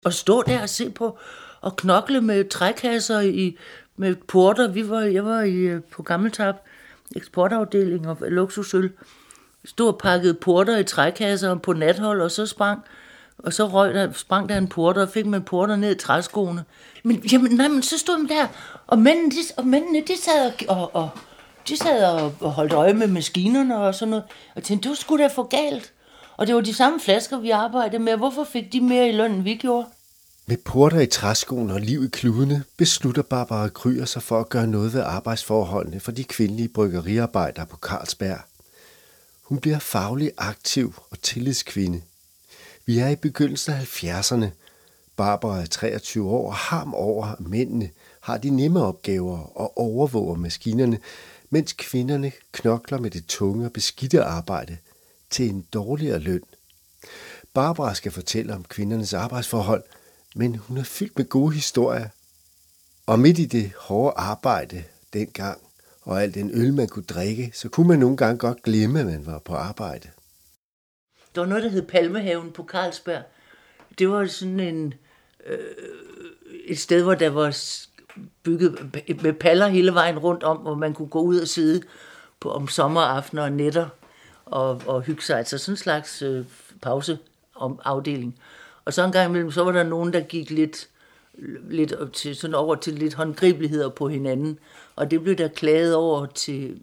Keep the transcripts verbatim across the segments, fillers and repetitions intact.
at stå der og se på og knokle med trækasser i, med porter. Vi var, jeg var i, på Gammeltab, eksportafdeling og luksusøl. Stod og pakkede porter i trækasser på nathold, og så sprang, og så røg der, sprang der en porter, og fik man porter ned i træskoene. Men, jamen, nej, men så stod man der, og mændene, de, og mændene, de sad og, og, de sad og, og holdt øje med maskinerne og sådan noget. Og tænkte, du skulle da for galt. Og det var de samme flasker, vi arbejdede med. Hvorfor fik de mere i løn, end vi gjorde? Med porter i træskoene og liv i kludene beslutter Barbara Krüger sig for at gøre noget ved arbejdsforholdene for de kvindelige bryggeriarbejdere på Carlsberg. Hun bliver faglig aktiv og tillidskvinde. Vi er i begyndelsen af halvfjerdserne. Barbara er treogtyve år og harm over, at mændene har de nemme opgaver og overvåger maskinerne, mens kvinderne knokler med det tunge og beskidte arbejde til en dårligere løn. Barbara skal fortælle om kvindernes arbejdsforhold, men hun er fyldt med gode historier. Og midt i det hårde arbejde dengang, og al den øl, man kunne drikke, så kunne man nogle gange godt glemme, at man var på arbejde. Der var noget, der hed Palmehaven på Carlsberg. Det var sådan en, øh, et sted, hvor der var bygget med paller hele vejen rundt om, hvor man kunne gå ud og sidde på, om sommeraftener og nætter og, og hygge sig. Altså sådan en slags øh, pauseafdeling. Og så en gang imellem, så var der nogen, der gik lidt, lidt til, sådan over til lidt håndgribeligheder på hinanden. Og det blev der klaget over til,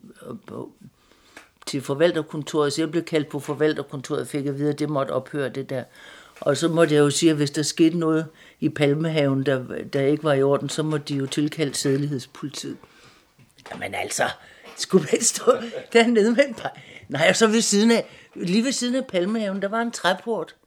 til forvalterkontoret. Så jeg blev kaldt på forvalterkontoret og fik at vide, at det måtte ophøre det der. Og så måtte jeg jo sige, at hvis der skete noget i Palmehaven, der, der ikke var i orden, så måtte de jo tilkalde sædelighedspolitiet. Jamen altså, skulle man stå dernede med en par... Nej, og så ved siden af, lige ved siden af Palmehaven, der var en træport.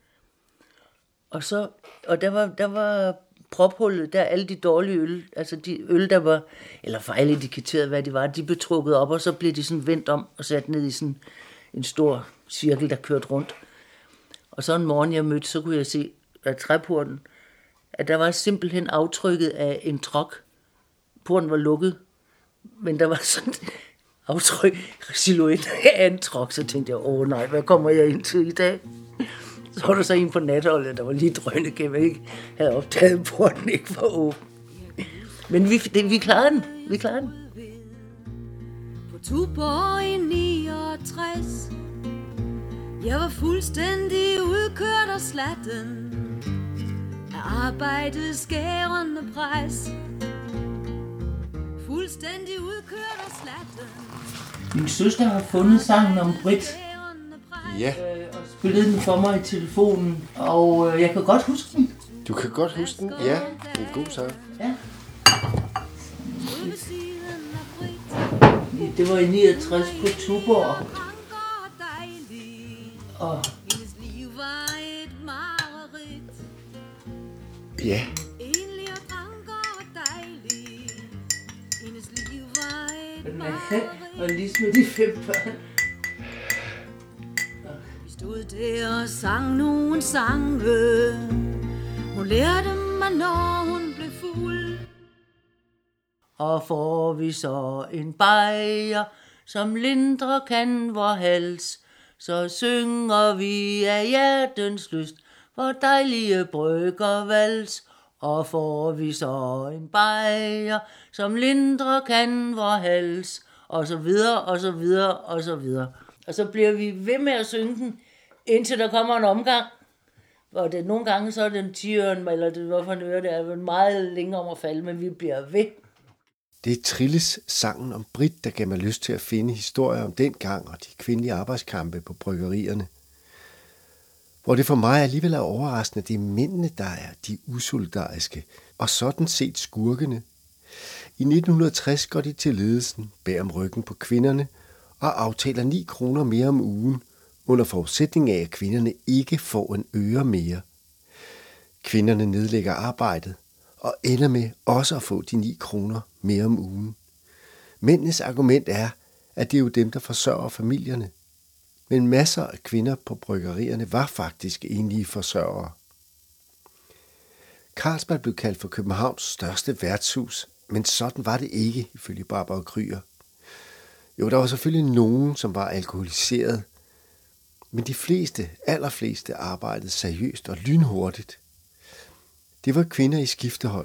Og så, og der var, der var prophullet, der alle de dårlige øl, altså de øl, der var, eller fejlindikeret, hvad de var, de blev trukket op, og så blev de sådan vendt om og sat ned i sådan en stor cirkel, der kørte rundt. Og så en morgen, jeg mødte, så kunne jeg se af træporten, at der var simpelthen aftrykket af en trok. Porten var lukket, men der var sådan aftryk, silhuet af en trok, så tænkte jeg, åh nej, hvad kommer jeg ind til i dag? Så var der så en på natholdet, der var lige drønne gennem, ikke havde optaget, porten ikke var åben. Men vi, det, vi klarede den, vi klarede den. På Tuborg i niogtres, jeg var fuldstændig udkørt og slatten af arbejdets skærende pres. Fuldstændig udkørt og slatten. Min søster har fundet sangen om Britt. Ja. Og spillede den for mig i telefonen, og øh, jeg kan godt huske den. Du kan godt huske den? Ja, det er en god sang. Ja. Det var i niogtres på Tuborg. Og ja. Og lige med de fem børn. Vi stod der og sang nogle sange. Hun lærte mig, når hun blev fuld. Og får vi så en bajer, som lindrer kan vor hals, så synger vi af hjertens lyst, hvor dejlige brygger vals. Og får vi så en bajer, som lindrer kan vor hals, og så videre, og så videre, og så videre. Og så bliver vi ved med at synge den, indtil der kommer en omgang. Og det, nogle gange så er det en tiøren, eller det, hvorfor en øre, det er meget længere om at falde, men vi bliver ved. Det er Trilles sangen om Britt, der gav mig lyst til at finde historier om den gang og de kvindelige arbejdskampe på bryggerierne. Hvor det for mig alligevel er overraskende, at det er mændene, der er de usolidariske, og sådan set skurkene. I nitten tres går de til ledelsen bag om ryggen på kvinderne og aftaler ni kroner mere om ugen, under forudsætning af, at kvinderne ikke får en øre mere. Kvinderne nedlægger arbejdet og ender med også at få de ni kroner mere om ugen. Mændenes argument er, at det er jo dem, der forsørger familierne. Men masser af kvinder på bryggerierne var faktisk enlige forsørgere. Carlsberg blev kaldt for Københavns største værtshus, men sådan var det ikke, ifølge Barbara Krüger. Jo, der var selvfølgelig nogen, som var alkoholiseret, men de fleste, allerfleste arbejdede seriøst og lynhurtigt. Det var kvinder i skiftehold.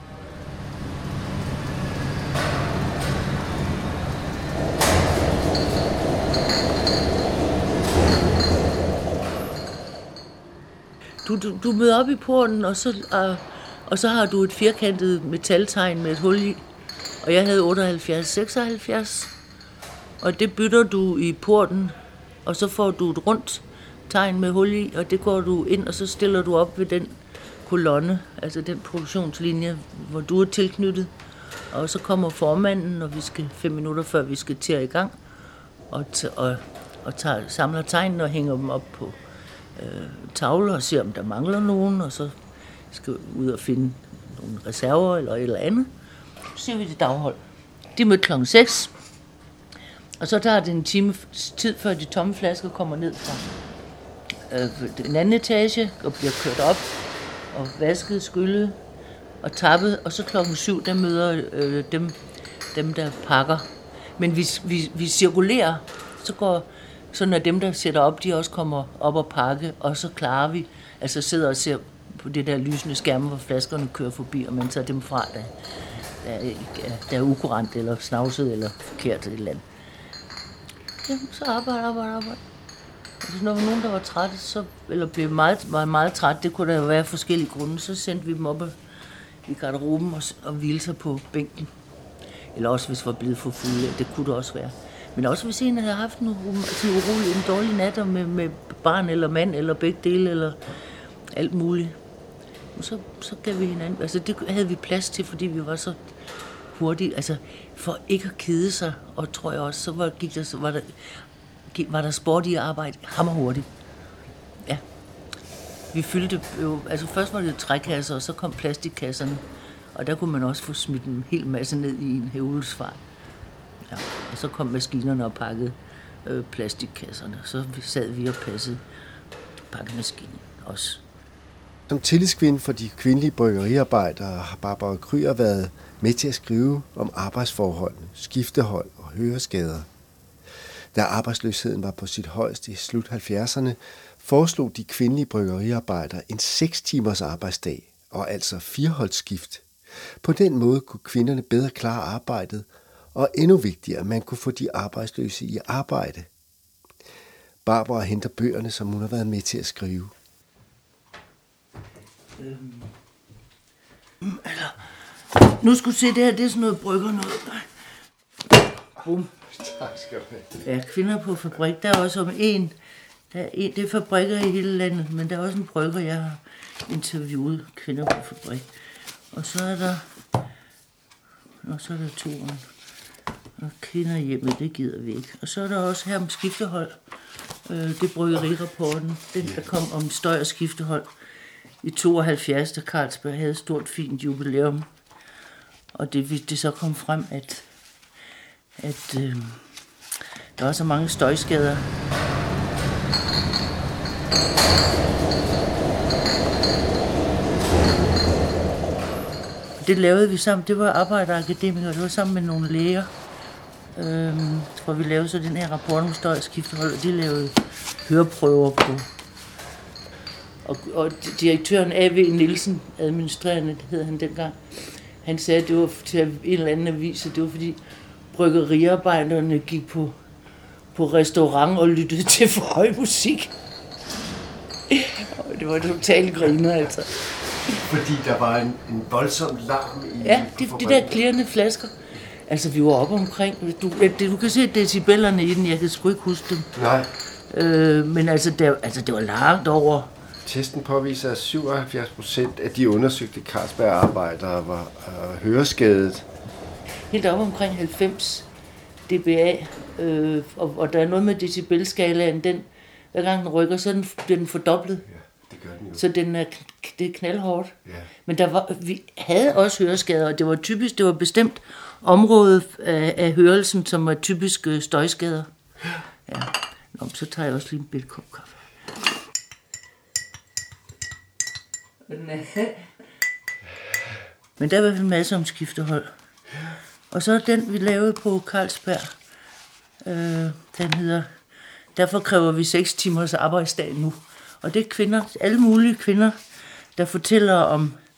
Du, du, du møder op i porten, og så, uh, og så har du et firkantet metaltegn med et hul i. Og jeg havde otteoghalvfjerds seksoghalvfjerds. Og det bytter du i porten, og så får du et rundt tegn med hul i, og det går du ind, og så stiller du op ved den kolonne, altså den produktionslinje, hvor du er tilknyttet. Og så kommer formanden, og vi skal fem minutter før vi skal til at i gang, og, t- og, og tager, samler tegnene og hænger dem op på øh, tavler og ser, om der mangler nogen, og så skal vi ud og finde nogle reserver eller et eller andet. Så ser vi det daghold. De mødte klokken seks, og så tager det en time tid, før de tomme flasker kommer ned fra øh, en anden etage og bliver kørt op og vasket, skyllet og tappet, og så klokken syv, der møder øh, dem, dem, der pakker. Men vi, vi, vi cirkulerer, så går sådan at dem, der sætter op, de også kommer op og pakke, og så klarer vi, altså sidder og ser på det der lysende skærme, hvor flaskerne kører forbi, og man tager dem fra, der, der, der er ukurant, eller snavset, eller forkert et eller andet. Jamen, så arbejde, arbejde, arbejde. Hvis der var nogen, der var trætte, så, eller blev meget, var meget træt, det kunne der jo være forskellige grunde, så sendte vi dem op i garderoben og, og hvilede sig på bænken. Eller også hvis var blevet for fulde, det kunne det også være. Men også hvis en havde haft en, altså en urolig, en dårlig nat med, med barn eller mand, eller begge dele, eller alt muligt. Og så, så gav vi hinanden, altså det havde vi plads til, fordi vi var så hurtige, altså for ikke at kede sig, og tror jeg også, så var, gik der, så var der, var der sport i arbejde hammerhurtigt. Ja. Vi fyldte jo, altså først var det trækasser, og så kom plastikkasserne, og der kunne man også få smidt en hel masse ned i en hævelsesfart. Ja. Og så kom maskinerne og pakkede øh, plastikkasserne, så sad vi og passede pakkemaskinen også. Som tillidskvinde for de kvindelige bryggeriarbejdere har Barbara Krüger været med til at skrive om arbejdsforholdene, skiftehold og høreskader. Da arbejdsløsheden var på sit højeste i slut halvfjerdserne, foreslog de kvindelige bryggeriarbejdere en seks timers arbejdsdag og altså fireholdsskift. På den måde kunne kvinderne bedre klare arbejdet, og endnu vigtigere, man kunne få de arbejdsløse i arbejde. Barbara henter bøgerne, som hun har været med til at skrive. Øhm. Eller, nu skulle du se, det her, det er sådan noget brygger noget. Bum. Tak skal du have. Ja, kvinder på fabrik, der er også om en, der er en, det er fabrikker i hele landet, men der er også en brygger, jeg har interviewet, kvinder på fabrik. Og så er der, og så er der toren. Og kvinder hjemme, det gider vi ikke. Og så er der også her om skiftehold. Øh, det bryggerirapporten, den der kom om støj og skiftehold i tooghalvfjerds, da Carlsberg havde et stort, fint jubilæum. Og det, det så kom frem, at, at øh, der var så mange støjskader. Det lavede vi sammen. Det var arbejderakademikere, det var sammen med nogle læger. Øhm, hvor vi lavede så den her rapport om støj og skiftehold, og de lavede høreprøver på. Og, og direktøren A V Nielsen, administrerende, det hed han dengang, han sagde, at det var til en eller anden avis, at det var fordi bryggeriarbejderne gik på, på restaurant og lyttede til for høj musik. Og det var totalt griner, altså. Fordi der var en, en voldsom larm i... Ja, de, de der klirrende flasker. Altså, vi var oppe omkring... Du, du kan se decibellerne i den, jeg kan sgu ikke huske dem. Nej. Øh, men altså, der, altså, det var langt over... Testen påviser, at syvoghalvfjerds procent af de undersøgte Carlsberg-arbejdere var øh, høreskadet. Helt oppe omkring halvfems dBA. Øh, og, og der er noget med decibelskalaen. Den, hver gang den rykker, så den, bliver den fordoblet. Ja, det gør den jo. Så den er, det er knaldhårdt. Ja. Men der var, vi havde også høreskader, og det var typisk, det var bestemt område af, af hørelsen, som var typiske støjskader. Ja. Nå, så tager jeg også lige en bitte kop kaffe. Men der var i hvert fald en masse om skiftehold. Og så den, vi lavede på Carlsberg, øh, den hedder, derfor kræver vi seks timers arbejdsdag nu. Og det er kvinder, alle mulige kvinder, der fortæller om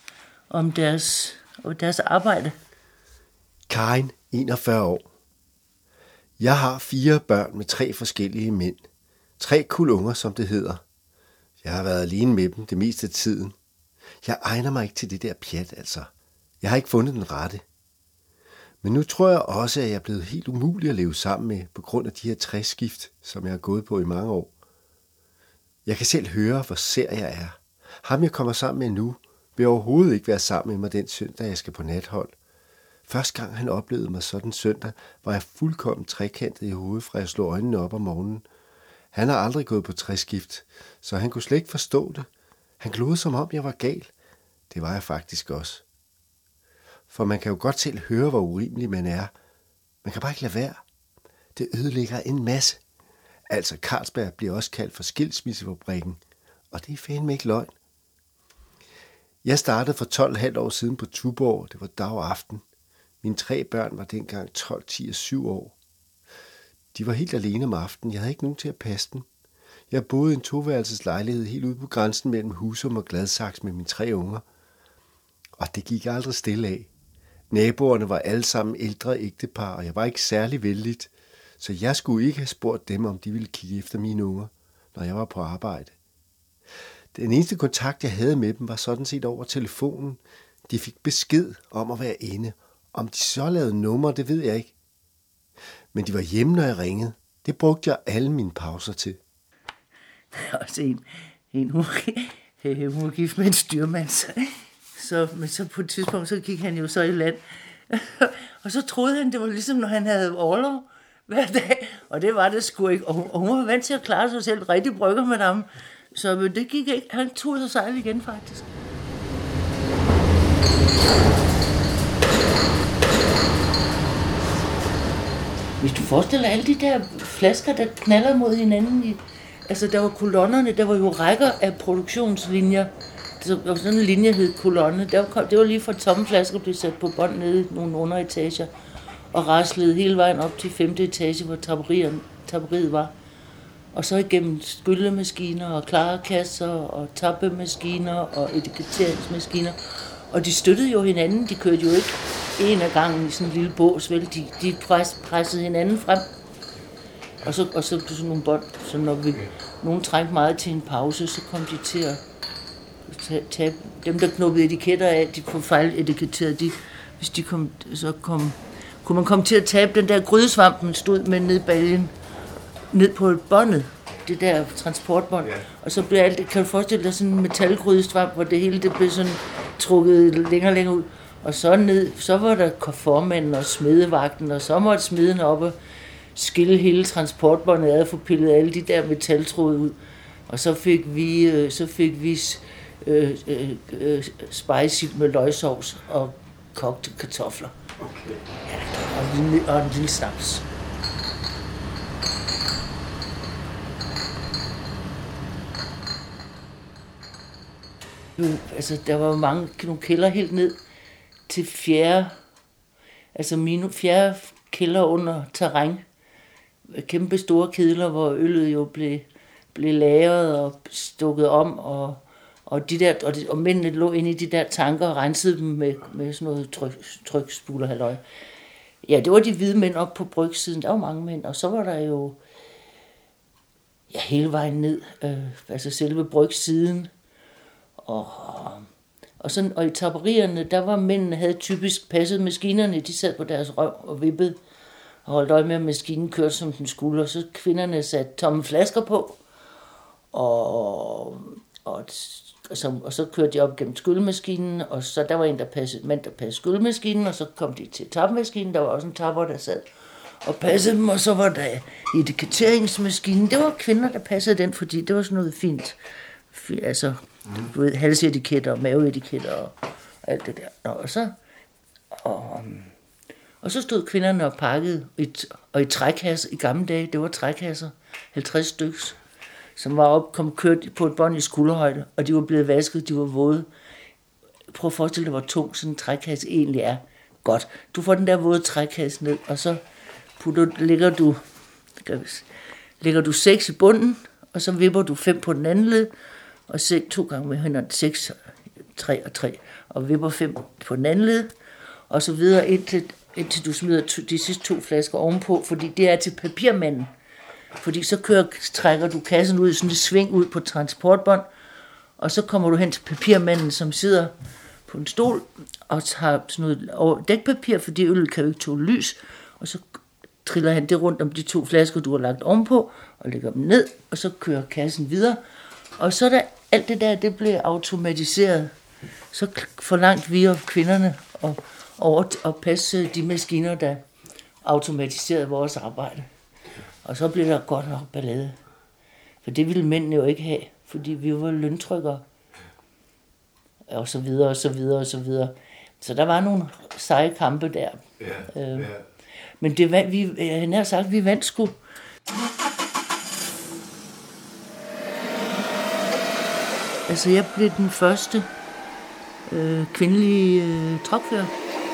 om deres, om deres arbejde. Karin, enogfyrre år. Jeg har fire børn med tre forskellige mænd. Tre kulunger, som det hedder. Jeg har været alene med dem det meste af tiden. Jeg egner mig ikke til det der pjat, altså. Jeg har ikke fundet den rette. Men nu tror jeg også, at jeg er blevet helt umulig at leve sammen med, på grund af de her træskift, som jeg har gået på i mange år. Jeg kan selv høre, hvor sær jeg er. Ham, jeg kommer sammen med nu, vil overhovedet ikke være sammen med mig den søndag, jeg skal på nathold. Første gang han oplevede mig sådan søndag, var jeg fuldkommen trekantet i hovedet, fra jeg slog øjnene op om morgenen. Han har aldrig gået på træskift, så han kunne slet ikke forstå det. Han glodede som om jeg var gal. Det var jeg faktisk også. For man kan jo godt selv høre, hvor urimelig man er. Man kan bare ikke lade være. Det ødelægger en masse. Altså, Carlsberg bliver også kaldt for skilsmissefabrikken, og det er fandme ikke løgn. Jeg startede for tolv komma fem år siden på Tuborg. Det var dag og aften. Mine tre børn var dengang tolv, ti og syv år. De var helt alene om aftenen. Jeg havde ikke nogen til at passe dem. Jeg boede i en toværelses lejlighed helt ude på grænsen mellem Husum og Gladsaxe med mine tre unger. Og det gik aldrig stille af. Naboerne var alle sammen ældre ægtepar, og jeg var ikke særlig vellidt, så jeg skulle ikke have spurgt dem, om de ville kigge efter mine unger, når jeg var på arbejde. Den eneste kontakt, jeg havde med dem, var sådan set over telefonen. De fik besked om at være inde. Om de så lavede numre, det ved jeg ikke. Men de var hjemme, når jeg ringede. Det brugte jeg alle mine pauser til. Der er også en, en hun, hun var gift med en styrmand, så, så, men så på et tidspunkt, så gik han jo så i land. Og så troede han, det var ligesom, når han havde orlov hver dag, og det var det sgu ikke. Og hun, og hun var vant til at klare sig selv, rigtig brygger med ham. Så men det gik ikke. Han tog sig sejl igen, faktisk. Hvis du forestiller alle de der flasker, der knaller mod hinanden, i, altså der var kolonnerne, der var jo rækker af produktionslinjer. Der var sådan en linje, hed kolonne. Der var, det var lige fra tomme flasker, blev sat på bånd nede i nogle underetager, og raslede hele vejen op til femte etage, hvor tapperiet var. Og så igennem skyllemaskiner og klarekasser og tappemaskiner og etiketteringsmaskiner. Og de støttede jo hinanden, de kørte jo ikke en af gangen i sådan en lille bås, vel? De, de pres, pressede hinanden frem. Og så, og så blev sådan nogle bånd, så når vi, nogen trængte meget til en pause, så kom de til at tabe. Dem, der knuppede etiketter af, de på fejletiketterede, de, hvis de kom, så kom, kunne man komme til at tabe den der grydesvampen, stod med ned i baljen, ned på båndet, det der transportbånd. Ja. Og så blev alt det, kan du forestille dig sådan en metalgrydesvamp, hvor det hele det blev sådan trukket længere og længere ud. Og så ned, så var der konformanden og smedevagten, og så måtte smeden op og skille hele transportbåndet ad og få pillet alle de der metaltråde ud. Og så fik vi, så fik vi øh, øh, øh, spejsild med løgsovs og kogte kartofler. Okay. Ja, og, en, og en lille snaps. Jo, altså der var mange nogle kælder helt ned til fjerde, altså mine fjerde kælder under terræn. Kæmpe store kedler, hvor øllet jo blev, blev lagret og stukket om, og, og, de der, og, de, og mændene lå inde i de der tanker og rensede dem med, med sådan noget tryk, trykspuler halløj. Ja, det var de hvide mænd op på brygsiden. Der var mange mænd, og så var der jo ja, hele vejen ned, øh, altså selve brygsiden. Og, og, sådan, og i tapperierne, der var mændene, havde typisk passet maskinerne, de sad på deres røv og vippede og holdt øje med, at maskinen kørte, som den skulle, og så kvinderne satte tomme flasker på, og, og, og, så, og så kørte de op gennem skyldemaskinen, og så der var en, der passede, mand, der passede skyldemaskinen, og så kom de til tappemaskinen, der var også en tapper, der sad og passede dem, og så var der etiketteringsmaskinen, det var kvinder, der passede den, fordi det var sådan noget fint, altså du ved, halsetiketter og maveetiketter og alt det der. Nå, og så og, og så stod kvinderne og pakkede i, og i trækasser i gamle dage, det var trækasser, halvtreds styks, som var op, kom kørt på et bånd i skulderhøjde, og de var blevet vasket, de var våde. Prøv at forestille dig, hvor tung sådan en trækasse egentlig er. Godt. Du får den der våde trækasse ned, og så putter, lægger du lægger du seks i bunden, og så vipper du fem på den anden led, og seks, to gange med hænderne, seks tre og tre, og vipper fem på den anden led, og så videre indtil, indtil du smider to, de sidste to flasker ovenpå, fordi det er til papirmanden. Fordi så kører, trækker du kassen ud i sådan et sving ud på transportbånd, og så kommer du hen til papirmanden, som sidder på en stol og tager sådan noget over dækpapir, fordi øl kan jo ikke tåle lys, og så triller han det rundt om de to flasker, du har lagt ovenpå, og lægger dem ned, og så kører kassen videre. Og så der alt det der, det blev automatiseret. Så forlangt vi og kvinderne at, over, at passe de maskiner, der automatiserede vores arbejde. Og så blev der godt nok ballade. For det ville mændene jo ikke have, fordi vi var løntrykkere. Og så videre, og så videre, og så videre. Så der var nogle seje kampe der. Ja, øh, ja. Men det var, vi, han har sagt, vi vandt sgu. Altså, jeg blev den første øh, kvindelige øh, truckfører.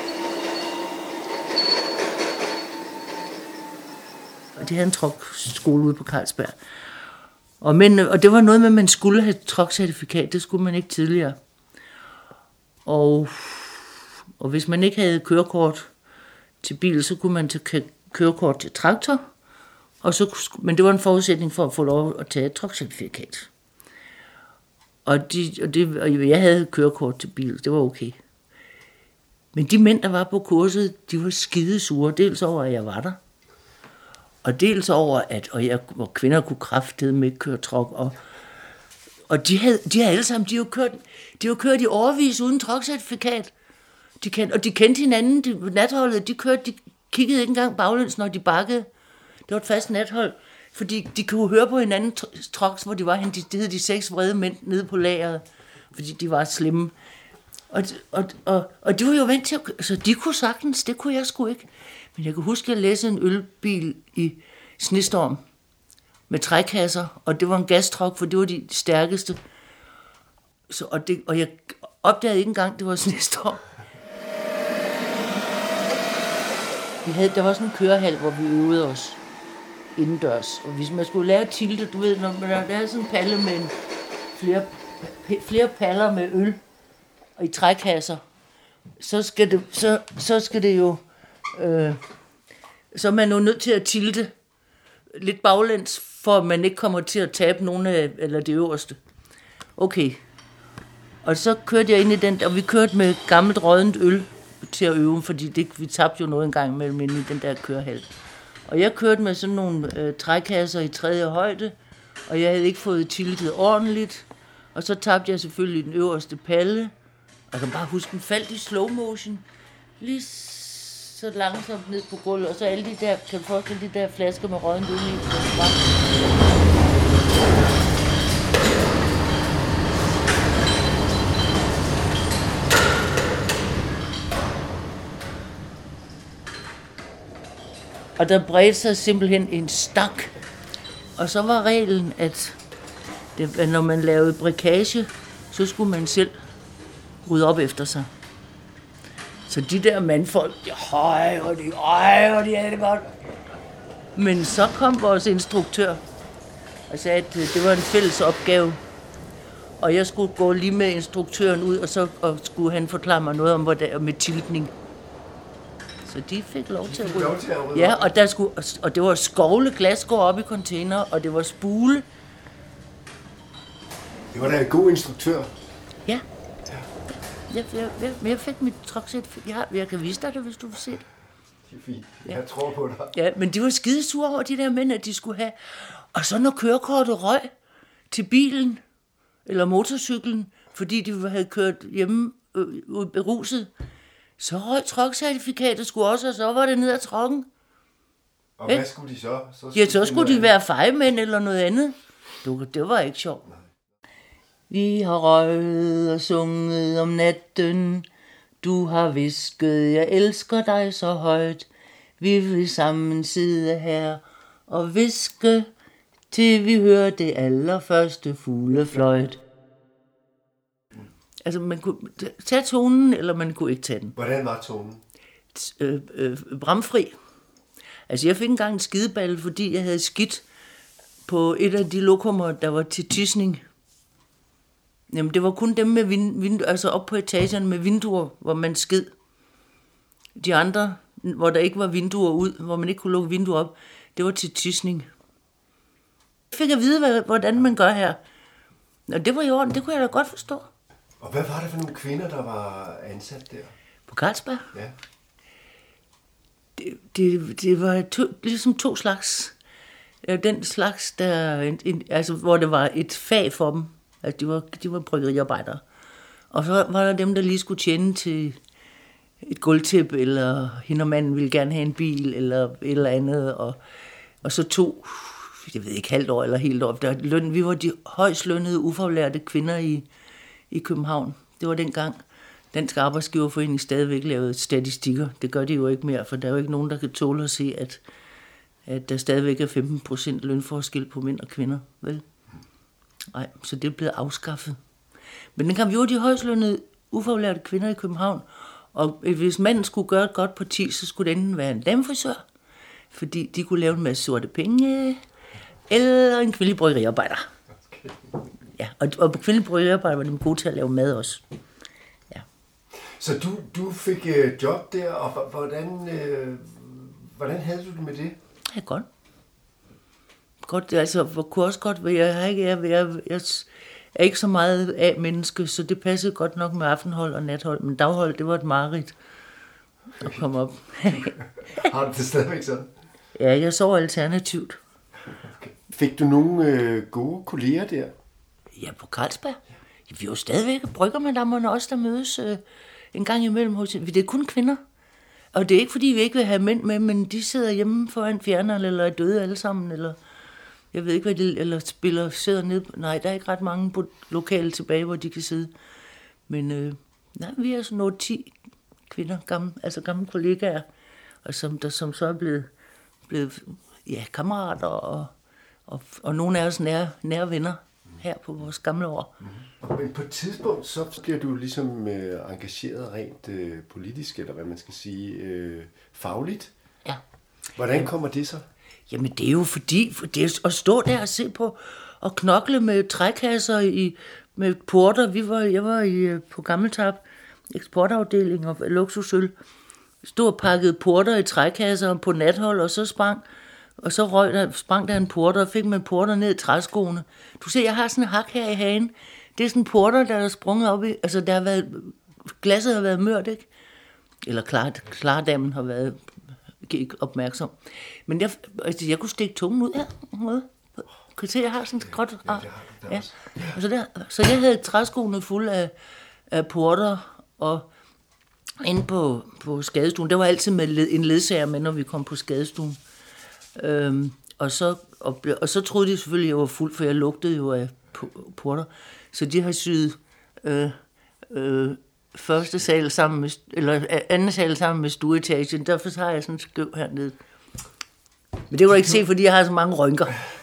Og de havde en truckskole ude på Carlsberg. Og, men, og det var noget med, at man skulle have truckcertifikat. Det skulle man ikke tidligere. Og, og hvis man ikke havde kørekort til bil, så kunne man tage kørekort til traktor. Og så, men det var en forudsætning for at få lov at tage et truckcertifikat. Og, de, og, det, og jeg havde kørekort til bil, det var okay. Men de mænd, der var på kurset, de var skidesure. Dels over, at jeg var der. Og dels over, at og jeg, og kvinder kunne kraftedeme ikke køre truck. Og, og de havde, de havde alle sammen, de havde kørt, de havde kørt i årevis uden truckcertifikat. De kendte, og de kendte hinanden, de, natholdet, de kørte, de kiggede ikke engang baglæns, når de bakkede. Det var et fast nathold, fordi de kunne høre på hinanden trucks, hvor de var henne. Det hed de seks vrede mænd nede på lageret, fordi de var slemme. Og, og, og, og de var jo vant til at, så de kunne sagtens, det kunne jeg sgu ikke. Men jeg kan huske, at jeg læste en ølbil i snestorm med trækasser, og det var en gastruk, for det var de stærkeste. Så, og, det, og jeg opdagede ikke engang, det var snestorm. Vi havde, der var sådan en kørehal, hvor vi øvede os indendørs. Og hvis man skulle lære tilte, du ved, når man lavede sådan en palle med en, flere, flere paller med øl og i trækasser, så skal det, så, så skal det jo, øh, så er man jo nødt til at tilte lidt baglæns, for at man ikke kommer til at tabe nogen af, eller det øverste. Okay. Og så kørte jeg ind i den, og vi kørte med gammelt råddent øl til at øve, fordi det, vi tabte jo noget en gang imellem inde i den der kørehal. Og jeg kørte med sådan nogle øh, trækasser i tredje højde, og jeg havde ikke fået tiltet ordentligt. Og så tabte jeg selvfølgelig den øverste palle. Og jeg kan bare huske, den faldt i slow motion. Lige så langsomt ned på gulvet. Og så alle de der, kan du forestille de der flasker med råddent øl i. Og der bredte sig simpelthen en stank. Og så var reglen, at det, når man lavede brikage, så skulle man selv rydde op efter sig. Så de der mandfolk, de høj, og de øj, og de havde det godt. Men så kom vores instruktør og sagde, at det var en fælles opgave. Og jeg skulle gå lige med instruktøren ud, og så og skulle han forklare mig noget om, hvad der med tiltning. Så de fik lov til at rydde. Ja, og, der skulle, og det var skovle glasgård op i container, og det var spule. Det var da en god instruktør. Ja. Jeg, jeg, jeg, jeg fik mit trucksæt. Jeg, jeg kan vise dig det, hvis du vil se det. Det er fint. Jeg ja. tror på dig. Ja, men de var skide sure over de der mænd, at de skulle have. Og så når kørekortet røg til bilen, eller motorcyklen, fordi de havde kørt hjemme øh, beruset, så røg truckcertifikatet skulle også, og så var det ned ad trucken. Og hvad skulle de så? så skulle ja, så skulle de være fejemænd eller noget andet. Det var ikke sjovt. Vi har røget og sunget om natten. Du har hvisket, jeg elsker dig så højt. Vi vil sammen sidde her og hviske, til vi hører det allerførste fuglefløjt. Altså, man kunne tage tonen, eller man kunne ikke tage den. Hvordan var tonen? Øh, øh, bramfri. Altså, jeg fik engang en skideballe, fordi jeg havde skidt på et af de lokummer, der var til tisning. Jamen, det var kun dem med vind, vind, altså op på etagerne med vinduer, hvor man sked. De andre, hvor der ikke var vinduer ud, hvor man ikke kunne lukke vinduer op, det var til tisning. Jeg fik at vide, hvordan man gør her. Og det var i orden, det kunne jeg da godt forstå. Og hvad var det for nogle kvinder, der var ansat der? På Carlsberg? Ja. Det, det, det var to, ligesom to slags. Den slags, der, en, en, altså, hvor det var et fag for dem. Altså, de var, de var bryggeriarbejdere. Og så var der dem, der lige skulle tjene til et gulvtæp, eller hende og manden ville gerne have en bil, eller et eller andet. Og, og så to, jeg ved ikke, halvt år eller helt år. Der, løn, vi var de højst lønnede, ufaglærte kvinder i, i København. Det var dengang Dansk Arbejdsgiverforening stadigvæk lavede statistikker. Det gør de jo ikke mere, for der er jo ikke nogen, der kan tåle at se, at, at der stadigvæk er femten procent lønforskel på mænd og kvinder. Vel? Nej, så det er blevet afskaffet. Men dengang vi var de højst lønnede, ufaglærte kvinder i København, og hvis manden skulle gøre et godt parti, så skulle det enten være en damefrisør, fordi de kunne lave en masse sorte penge, eller en kvindelig bryggeriarbejder. Ja, og, og på kvindelig bryggeriarbejder var de gode til at lave mad også. Ja. Så du, du fik øh, job der, og hvordan, øh, hvordan havde du det med det? Ja, godt. Godt, altså, hvor kunne også godt være, jeg, jeg, jeg, jeg, jeg er ikke så meget af menneske, så det passede godt nok med aftenhold og nathold, men daghold, det var et mareridt at komme op. Har du det stadigvæk sådan? Ja, jeg sov alternativt. Okay. Fik du nogle øh, gode kolleger der? Ja, på Carlsberg. Ja, vi er jo stadigvæk bryggermadammerne også, der mødes øh, en gang imellem hos. Det er kun kvinder. Og det er ikke, fordi vi ikke vil have mænd med, men de sidder hjemme foran fjerneren, eller er døde alle sammen, eller jeg ved ikke, hvad de eller spiller, sidder ned. Nej, der er ikke ret mange på lokale tilbage, hvor de kan sidde. Men øh, nej, vi er sådan otte ti kvinder, gamle, altså gamle kollegaer, og som, der, som så er blevet, blevet ja, kammerater, og, og, og nogle af os nære, nære venner her på vores gamle år. Mm-hmm. Men på et tidspunkt, så bliver du ligesom øh, engageret rent øh, politisk, eller hvad man skal sige, øh, fagligt. Ja. Hvordan kommer det så? Jamen, det er jo fordi, for det er at stå der og se på, og knokle med trækasser i, med porter. Vi var, jeg var i, på Gammeltab, eksportafdeling og luksusøl. Stod og pakkede porter i trækasser på nathold, og så sprang, og så røg der, sprang der en porter, og fik man porter ned i træskoene. Du ser, jeg har sådan en hak her i hagen. Det er sådan en porter, der er sprunget op i, altså der har været, glasset har været mørt, ikke? Eller klart, klardammen har været ikke opmærksom. Men jeg, altså, jeg kunne stikke tungen ud her. Kan du se, jeg har sådan et godt ar. Ja. Og så, der, så jeg havde træskoene fulde af, af porter, og inde på, på skadestuen, der var altid med led, en ledsager med, når vi kom på skadestuen. Øhm, og, så, og, og så troede de selvfølgelig, at jeg var fuld, for jeg lugtede jo af porter. Så de har syet øh, øh, første sal sammen med, eller anden sal sammen med stueetagen. Derfor har jeg sådan en skøv hernede. Men det var ikke se, fordi jeg har så mange rynker.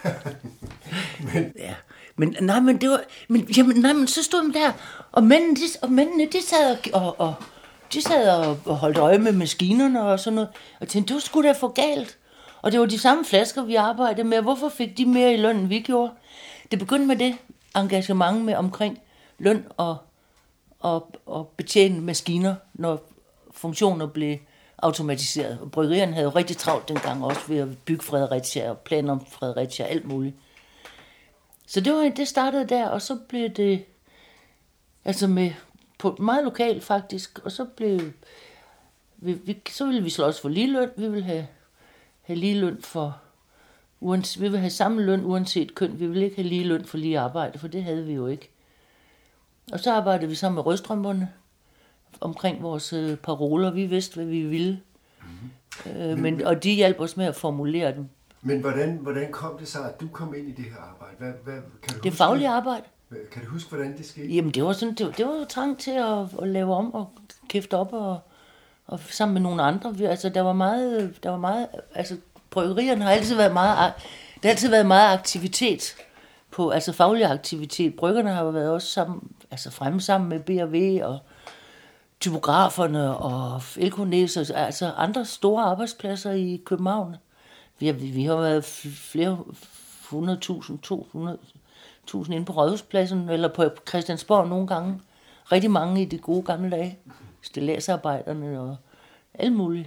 men. Ja. Men nej, men det var, men, jamen, nej, men så stod man der, og mændene, de, og mændene, de sad og, og, og de sad og, og holdt øje med maskinerne og sådan noget, og tænkte, det skulle da for galt. Og det var de samme flasker, vi arbejdede med. Hvorfor fik de mere i løn, end vi gjorde? Det begyndte med det engagement med omkring løn og, og, og betjene maskiner, når funktioner blev automatiseret. Og bryggerierne havde jo rigtig travlt dengang også ved at bygge Fredericia og planer om Fredericia og alt muligt. Så det, var, det startede der, og så blev det altså med, på meget lokalt faktisk, og så blev vi, vi, så ville vi slås for ligeløn. Vi ville have, have ligeløn for, uanset, vi ville have samme løn uanset køn. Vi ville ikke have lige løn for lige arbejde, for det havde vi jo ikke. Og så arbejdede vi sammen med Rødstrømperne omkring vores øh, paroler. Vi vidste, hvad vi ville, mm-hmm. øh, men, og de hjalp os med at formulere dem. Men hvordan, hvordan kom det så, at du kom ind i det her arbejde? Hvad, hvad, kan du det er faglige arbejde. Kan du huske, hvordan det skete? Jamen, det var, sådan, det, var, det var jo trang til at, at lave om og kæfte op og, og sammen med nogle andre. Vi, altså, der var meget, der var meget, altså, bryggerierne har altid været meget, der har altid været meget aktivitet på, altså faglig aktivitet. Bryggerne har jo været også sammen, altså fremme sammen med B og V og typograferne og Elkones, altså andre store arbejdspladser i København. Vi har, vi har været flere hundrede tusind, to hundrede tusind inde på Rådhuspladsen, eller på Christiansborg nogle gange. Rigtig mange i de gode gamle dage. Stilladsarbejderne og alt muligt.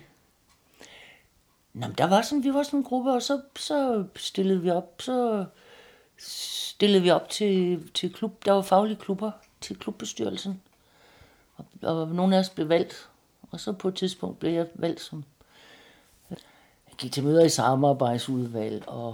Nå, der var sådan, vi var sådan en gruppe, og så, så stillede vi op, så stillede vi op til, til klub. Der var faglige klubber til klubbestyrelsen. Og, og nogle af os blev valgt. Og så på et tidspunkt blev jeg valgt som... Jeg gik til møder i samarbejdsudvalg, og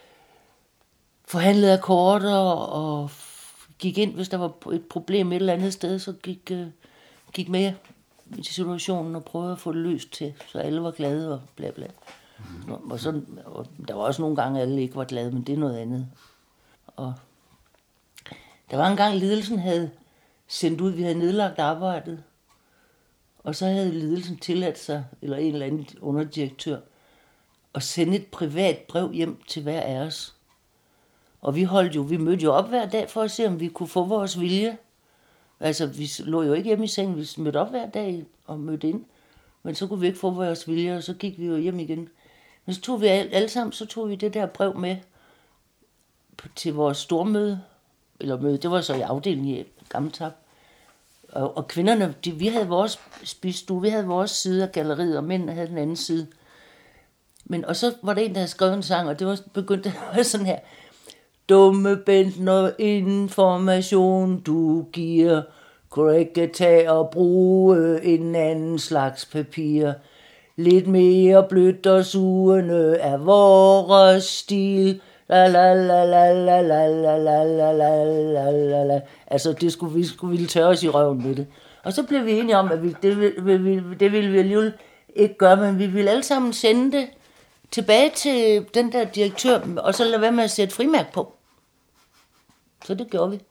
forhandlede akkorder, og gik ind, hvis der var et problem et eller andet sted, så gik, uh, gik med i situationen og prøvede at få det løst til, så alle var glade og bla bla. Mm. Og, så, og der var også nogle gange, alle ikke var glade, men det er noget andet. Og der var en gang, ledelsen havde sendt ud, vi havde nedlagt arbejdet, og så havde ledelsen tilladt sig, eller en eller anden underdirektør, at sende et privat brev hjem til hver af os. Og vi holdt jo, vi mødte jo op hver dag for at se, om vi kunne få vores vilje. Altså, vi lå jo ikke hjemme i sengen, vi mødte op hver dag og mødte ind. Men så kunne vi ikke få vores vilje, og så gik vi jo hjem igen. Men så tog vi alle, alle sammen, så tog vi det der brev med til vores stormøde. Eller møde, det var så i afdelingen i Gammeltab. Og, og kvinderne, de, vi havde vores spisestue, vi havde vores side af galleriet, og mændene havde den anden side. Men, og så var der en, der havde skrevet en sang, og det var begyndt at være sådan her. Dumme Bent, når information du giver, kunne ikke tage og bruge en anden slags papir. Lidt mere blødt og sugende er vores stil. La la la la la la la la la la la la. Altså, det skulle vi skulle ville tørre os i røven med det. Og så blev vi enige om, at vi, det, vi, det ville vi alligevel ikke gøre, men vi ville alle sammen sende det tilbage til den der direktør, og så lade være med at sætte frimærk på. Så det gjorde vi.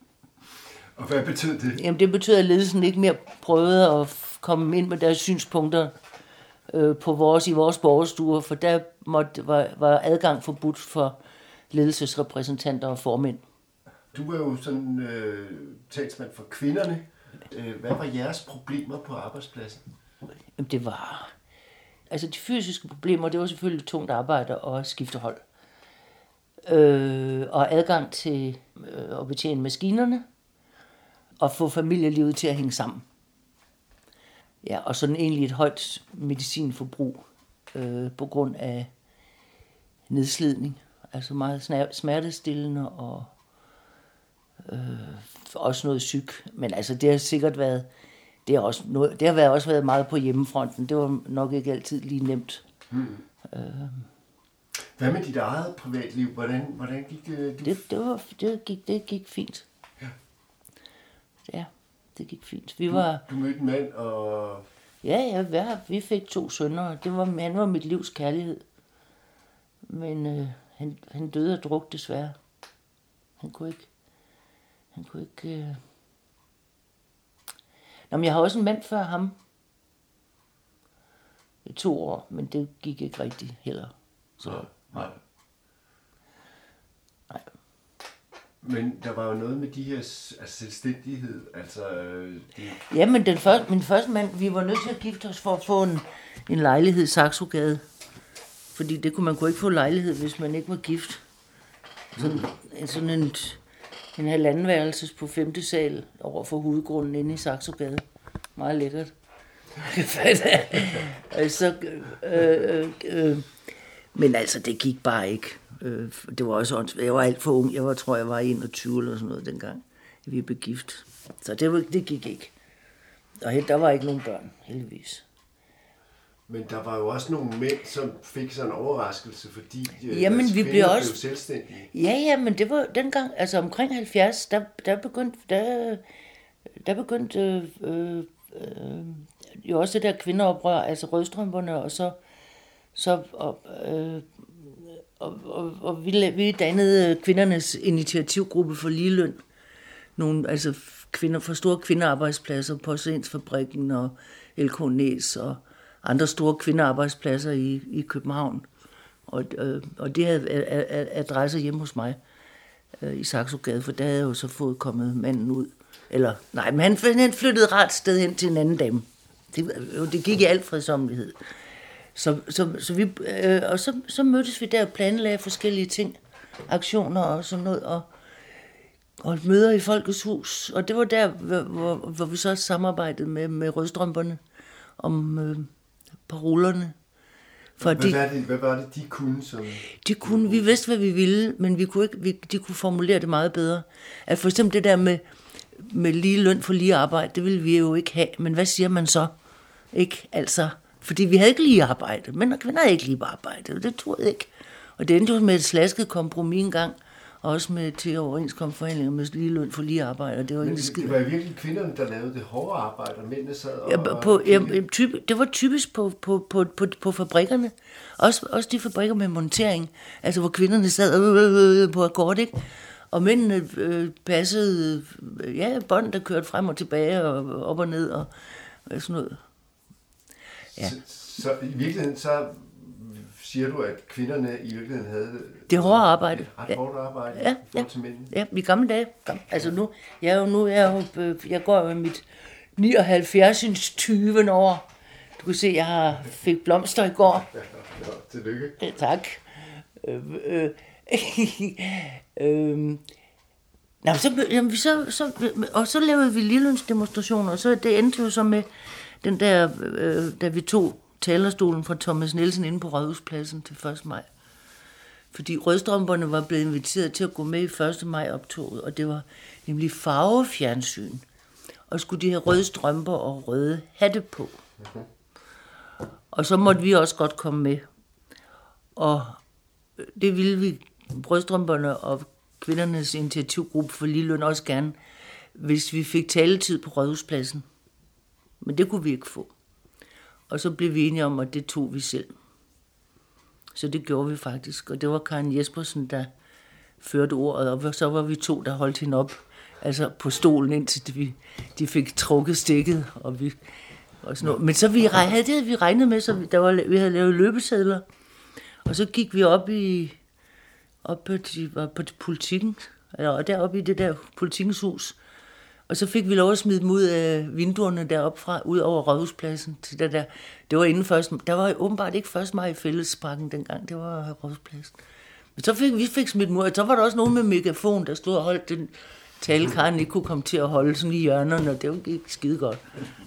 Og hvad betød det? Jamen, det betød, at ledelsen ikke mere prøvede at komme ind med deres synspunkter øh, på vores, i vores borgerstuer, for der måtte, var, var adgang forbudt for ledelsesrepræsentanter og formænd. Du var jo sådan øh, talsmand for kvinderne. Hvad var jeres problemer på arbejdspladsen? Jamen, det var... Altså, de fysiske problemer, det var selvfølgelig tungt arbejde og skiftehold. Øh, og adgang til øh, at betjene maskinerne, og få familielivet til at hænge sammen. Ja, og sådan egentlig et højt medicinforbrug øh, på grund af nedslidning. Altså meget smertestillende og øh, også noget syg. Men altså, det har sikkert været, det har, også noget, det har været, også været meget på hjemmefronten. Det var nok ikke altid lige nemt. Hmm. Øh, Hvad med dit eget privatliv? Hvordan, hvordan gik det? Det, det, var, det, gik, det gik fint. Ja. Ja, det gik fint. Vi var... Du, du mødte en mand, og... Ja, ja, vi fik to sønner. Det var, han var mit livs kærlighed. Men øh, han, han døde af druk, desværre. Han kunne ikke... Han kunne ikke... Øh... Nå, men jeg har også en mand før ham. I to år, men det gik ikke rigtigt heller. Så, nej. Nej. Men der var jo noget med de her altså selvstændighed, altså... Det... Ja, men den første, min første mand, vi var nødt til at gifte os for at få en, en lejlighed i Saxogade. Fordi det kunne man kunne ikke få lejlighed, hvis man ikke var gift. Sådan, mm. sådan en, en halvandenværelses på femte sal over for hovedgrunden inde i Saxogade. Meget lækkert. altså, øh, øh, øh, men altså, det gik bare ikke. Øh, det var også, jeg var alt for ung. Jeg var, tror, jeg var enogtyve eller sådan noget dengang, vi blev gift. Så det, var, det gik ikke. Og der var ikke nogen børn, heldigvis. Men der var jo også nogle mænd, som fik sådan en overraskelse, fordi jamen, vi blev også blev selvstændige. Ja, ja, men det var dengang, altså omkring halvfjerds, der, der begyndte, der, der begyndte øh, øh, jo også det der kvindeoprør, altså rødstrømperne, og så, så og, øh, og, og, og vi, vi dannede kvindernes initiativgruppe for ligeløn. Nogle, altså kvinder, for store kvindearbejdspladser, Porcelænsfabrikken og L K Næs og andre store kvindearbejdspladser i, i København. Og, øh, og det havde adresser hjemme hos mig øh, i Saxogade, for der havde jeg jo så fået kommet manden ud. Eller, nej, men han, han flyttede ret sted hen til en anden dame. Det, det gik i al fredsommelighed. Så, så, så vi, øh, og så, så mødtes vi der og planlagde forskellige ting, aktioner og sådan noget. Og Og møder i Folkets Hus. Og det var der, hvor, hvor vi så samarbejdede med, med Rødstrømperne om øh, parolerne. Hvad, de, hvad, det, hvad var det, de kunne? Som... De kunne, vi vidste, hvad vi ville, men vi kunne ikke, vi, de kunne formulere det meget bedre. At for eksempel det der med, med lige løn for lige arbejde, det ville vi jo ikke have. Men hvad siger man så? Ikke? Altså, fordi vi havde ikke lige arbejde. Mænd og kvinder havde ikke lige arbejde. Det tror jeg ikke. Og det endte jo med et slasket kompromis en gang. Også med til overenskomstforhandlinger med lige løn for lige arbejde. Og det var men det, det var virkelig kvinderne, der lavede det hårde arbejde, og mændene sad og... Ja, på, ja, typ, det var typisk på, på, på, på, på fabrikkerne. Også, også de fabrikker med montering. Altså hvor kvinderne sad øh, øh, på akkord, ikke? Og mændene øh, passede øh, ja, bånd, der kørte frem og tilbage og op og ned og øh, sådan noget. Ja. Så, så i virkeligheden, så siger du, at kvinderne i virkeligheden havde... Det hårde arbejde. Ret hårdt arbejde ja, ja, til mændene. Ja, i gamle dage. Altså nu, jeg er jo nu, jeg, er jo, jeg går jo med mit nioghalvfjerds tyvende år. Du kan se, jeg har fik blomster i går. Ja, ja, tillykke. Ja, tak. Øh, øh, øh, Nå, så, jamen, så, så, og så lavede vi ligelønsdemonstrationer, og så det endte jo så med den der, øh, da vi tog talerstolen fra Thomas Nielsen inde på Rådhuspladsen til første maj. Fordi Rødstrømperne var blevet inviteret til at gå med i første maj optoget, og det var nemlig farvefjernsyn. Og skulle de have røde strømper og røde hatte på. Mm-hmm. Og så måtte vi også godt komme med. Og det ville vi, Rødstrømperne og kvindernes initiativgruppe for ligeløn også gerne, hvis vi fik taletid på Rådhuspladsen. Men det kunne vi ikke få. Og så blev vi enige om, at det tog vi selv. Så det gjorde vi faktisk. Og det var Karen Jespersen, der førte ordet, og så var vi to, der holdt hende op altså på stolen, indtil vi, de fik trukket stikket. Og vi, og sådan noget. Men så vi, havde det, vi regnet med, så vi, der var, vi havde lavet løbesedler. Og så gik vi op i op på, de, på Politikken, eller deroppe i det der Politikens hus. Og så fik vi lov at smide dem ud af vinduerne deroppe fra, ud over Rådhuspladsen til det der. Det var inden først, der var åbenbart ikke først mig i fællesparken dengang, det var Rådhuspladsen. Men så fik vi fik smidt dem ud, og så var der også nogen med megafon, der stod og holdt den tale, Karen ikke kunne komme til at holde sådan i hjørnerne, og det var ikke skide godt.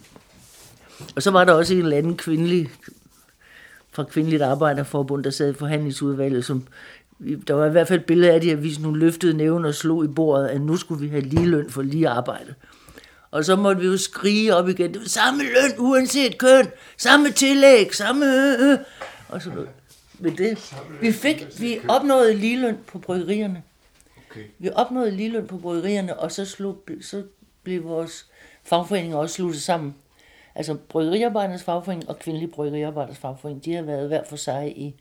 Og så var der også en eller anden kvindelig, fra Kvindeligt Arbejderforbund, der sad i forhandlingsudvalget, som der var i hvert fald et billede af de avisen, hun løftede næven og slog i bordet, at nu skulle vi have lige løn for lige arbejde. Og så måtte vi jo skrige op igen, det var samme løn uanset køn, samme tillæg, samme øh, øh. og sådan noget. Men det, vi fik, vi opnåede ligeløn på bryggerierne. Okay. Vi opnåede ligeløn på bryggerierne, og så, slog, så blev vores fagforeninger også sluttet sammen. Altså Bryggeriarbejdernes Fagforening og Kvindelige Bryggeriarbejders Fagforening, de har været hver for sig i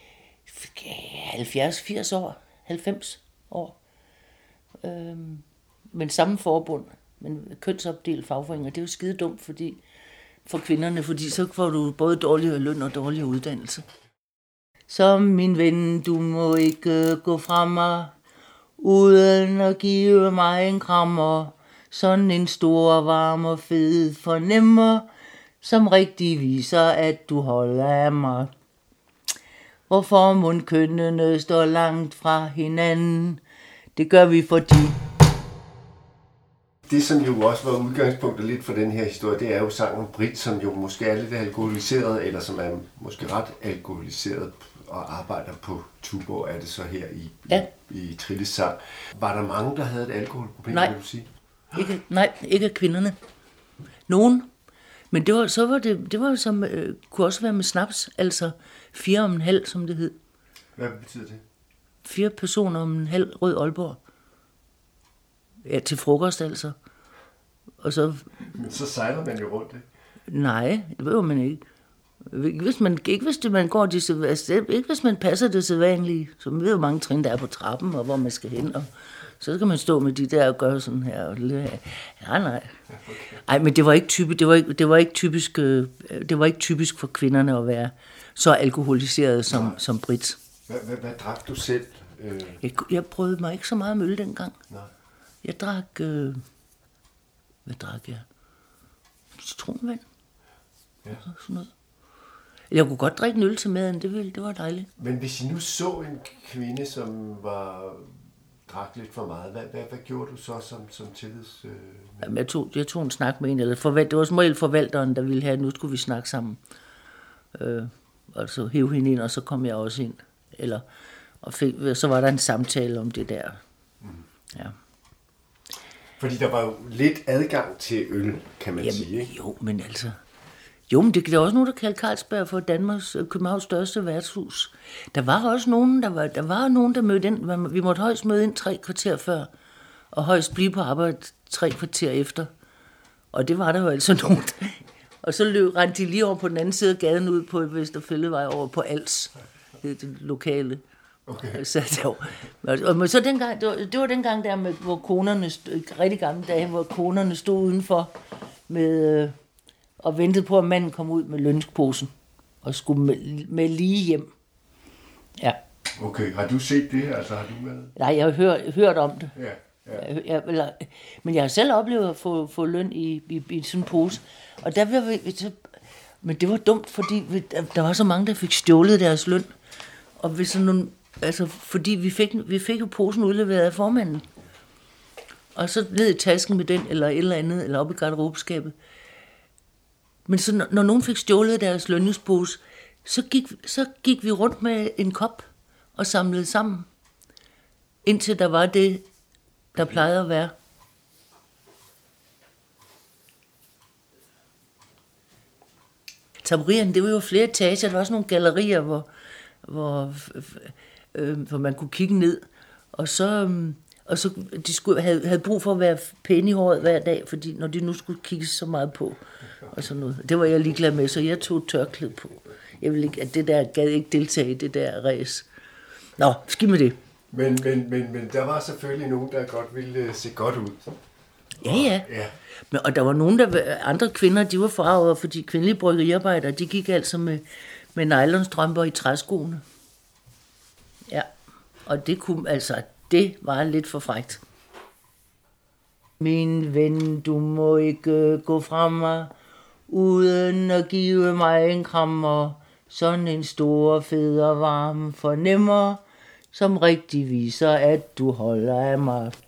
halvfjerds firs år, halvfems år. Øhm, men samme forbund, men kønsopdelt fagforeninger, det er jo skide dumt fordi, for kvinderne, fordi så får du både dårligere løn og dårligere uddannelse. Så min ven, du må ikke gå fra mig, uden at give mig en krammer. Sådan en stor, varm og fed fornemmer, som rigtig viser, at du holder af mig. Hvorfor mundkønnene står langt fra hinanden, det gør vi fordi. Det, som jo også var udgangspunktet lidt for den her historie, det er jo sangen Britt, som jo måske er lidt alkoholiseret, eller som er måske ret alkoholiseret og arbejder på Tuborg, er det så her i, ja. i, i Trilles sang. Var der mange, der havde et alkoholproblem, nej. Vil du sige? Ikke, nej, ikke af kvinderne. Nogen. Men det var, så var det, det var som, øh, kunne også være med snaps, altså fire om en halv, som det hed. Hvad betyder det? Fire personer om en halv rød Aalborg. Ja, til frokost altså. Og så... Men så sejler man jo rundt, ikke? Nej, det behøver man ikke. Ikke hvis man, ikke hvis det, man går de, altså, ikke hvis man passer det sædvanlige, så man ved jo mange trin, der er på trappen, og hvor man skal hen, og så skal man stå med de der og gøre sådan her. Og ja, nej. Ej, men det var ikke typisk, det var ikke, det var ikke typisk, det var ikke typisk for kvinderne at være så alkoholiseret som, som Britt. Hvad, hvad, hvad drak du selv? Øh... Jeg, jeg prøvede mig ikke så meget med øl dengang. Nej. Jeg drak, øh, hvad drak jeg? Citronvand. Ja. Sådan noget. Jeg kunne godt drikke en øl til maden, det, ville, det var dejligt. Men hvis I nu så en kvinde, som var drak lidt for meget. Hvad, hvad, hvad gjorde du så som, som tillids... Øh, Jamen, jeg, tog, jeg tog en snak med en, eller forvalt, det var som regel forvalteren, der ville have, at nu skulle vi snakke sammen. Øh, og så hævde hende ind, og så kom jeg også ind. Eller, og fik, så var der en samtale om det der. Mm. Ja. Fordi der var jo lidt adgang til øl, kan man Jamen, sige, ikke? Jo, men altså... Jo, men det, det er også nogen, der kaldte Carlsberg for Danmarks, Københavns største værtshus. Der var også nogen, der var, der var nogen, der mødte ind. Vi måtte højst møde ind tre kvarter før, og højst blive på arbejde tre kvarter efter. Og det var der jo altså nogen. Og så løb, rendte de lige over på den anden side af gaden ud på Vesterfælledvej over på Als, det, det lokale. Okay. Så, det var, og så dengang, det var, det var dengang der, med, hvor konerne, rigtig gamle dage, hvor konerne stod udenfor med... og ventede på, at manden kom ud med lønposen og skulle med, med lige hjem. Ja. Okay, har du set det? Altså, har du med? Nej, jeg har hørt, hørt om det. Ja, ja. Jeg, jeg, eller, men jeg har selv oplevet at få, få løn i, i, i sådan en pose. Og der var vi, så, men det var dumt, fordi vi, der var så mange, der fik stjålet deres løn. Og hvis sådan nogle, altså, fordi vi fik, vi fik jo posen udleveret af formanden. Og så ned i tasken med den, eller et eller andet, eller op i garderobeskabet. Men så når, når nogen fik stjålet deres lønningspose, så gik, så gik vi rundt med en kop og samlede sammen, indtil der var det, der plejede at være. Taberierne, det var jo flere etager, der var også nogle gallerier, hvor, hvor, øh, hvor man kunne kigge ned, og så... Og så de skulle, havde, havde brug for at være pæne i håret hver dag, fordi når de nu skulle kigge så meget på, og sådan noget. Det var jeg ligeglad med, så jeg tog et tørklæde på. Jeg ville ikke, at det der gad ikke deltage i det der ræs. Nå, skidt med det. Men, men, men, men der var selvfølgelig nogen, der godt ville se godt ud. Ja, ja. ja. Men, og der var nogen, der andre kvinder, de var farvede, fordi kvindelige bryggeriarbejdere, de gik altså med, med nylonstrømper i træskoene. Ja, og det kunne altså... Det var lidt for frækt. Min ven, du må ikke gå fra mig, uden at give mig en krammer. Sådan en stor, fed og varm fornemmer, som rigtig viser, at du holder af mig.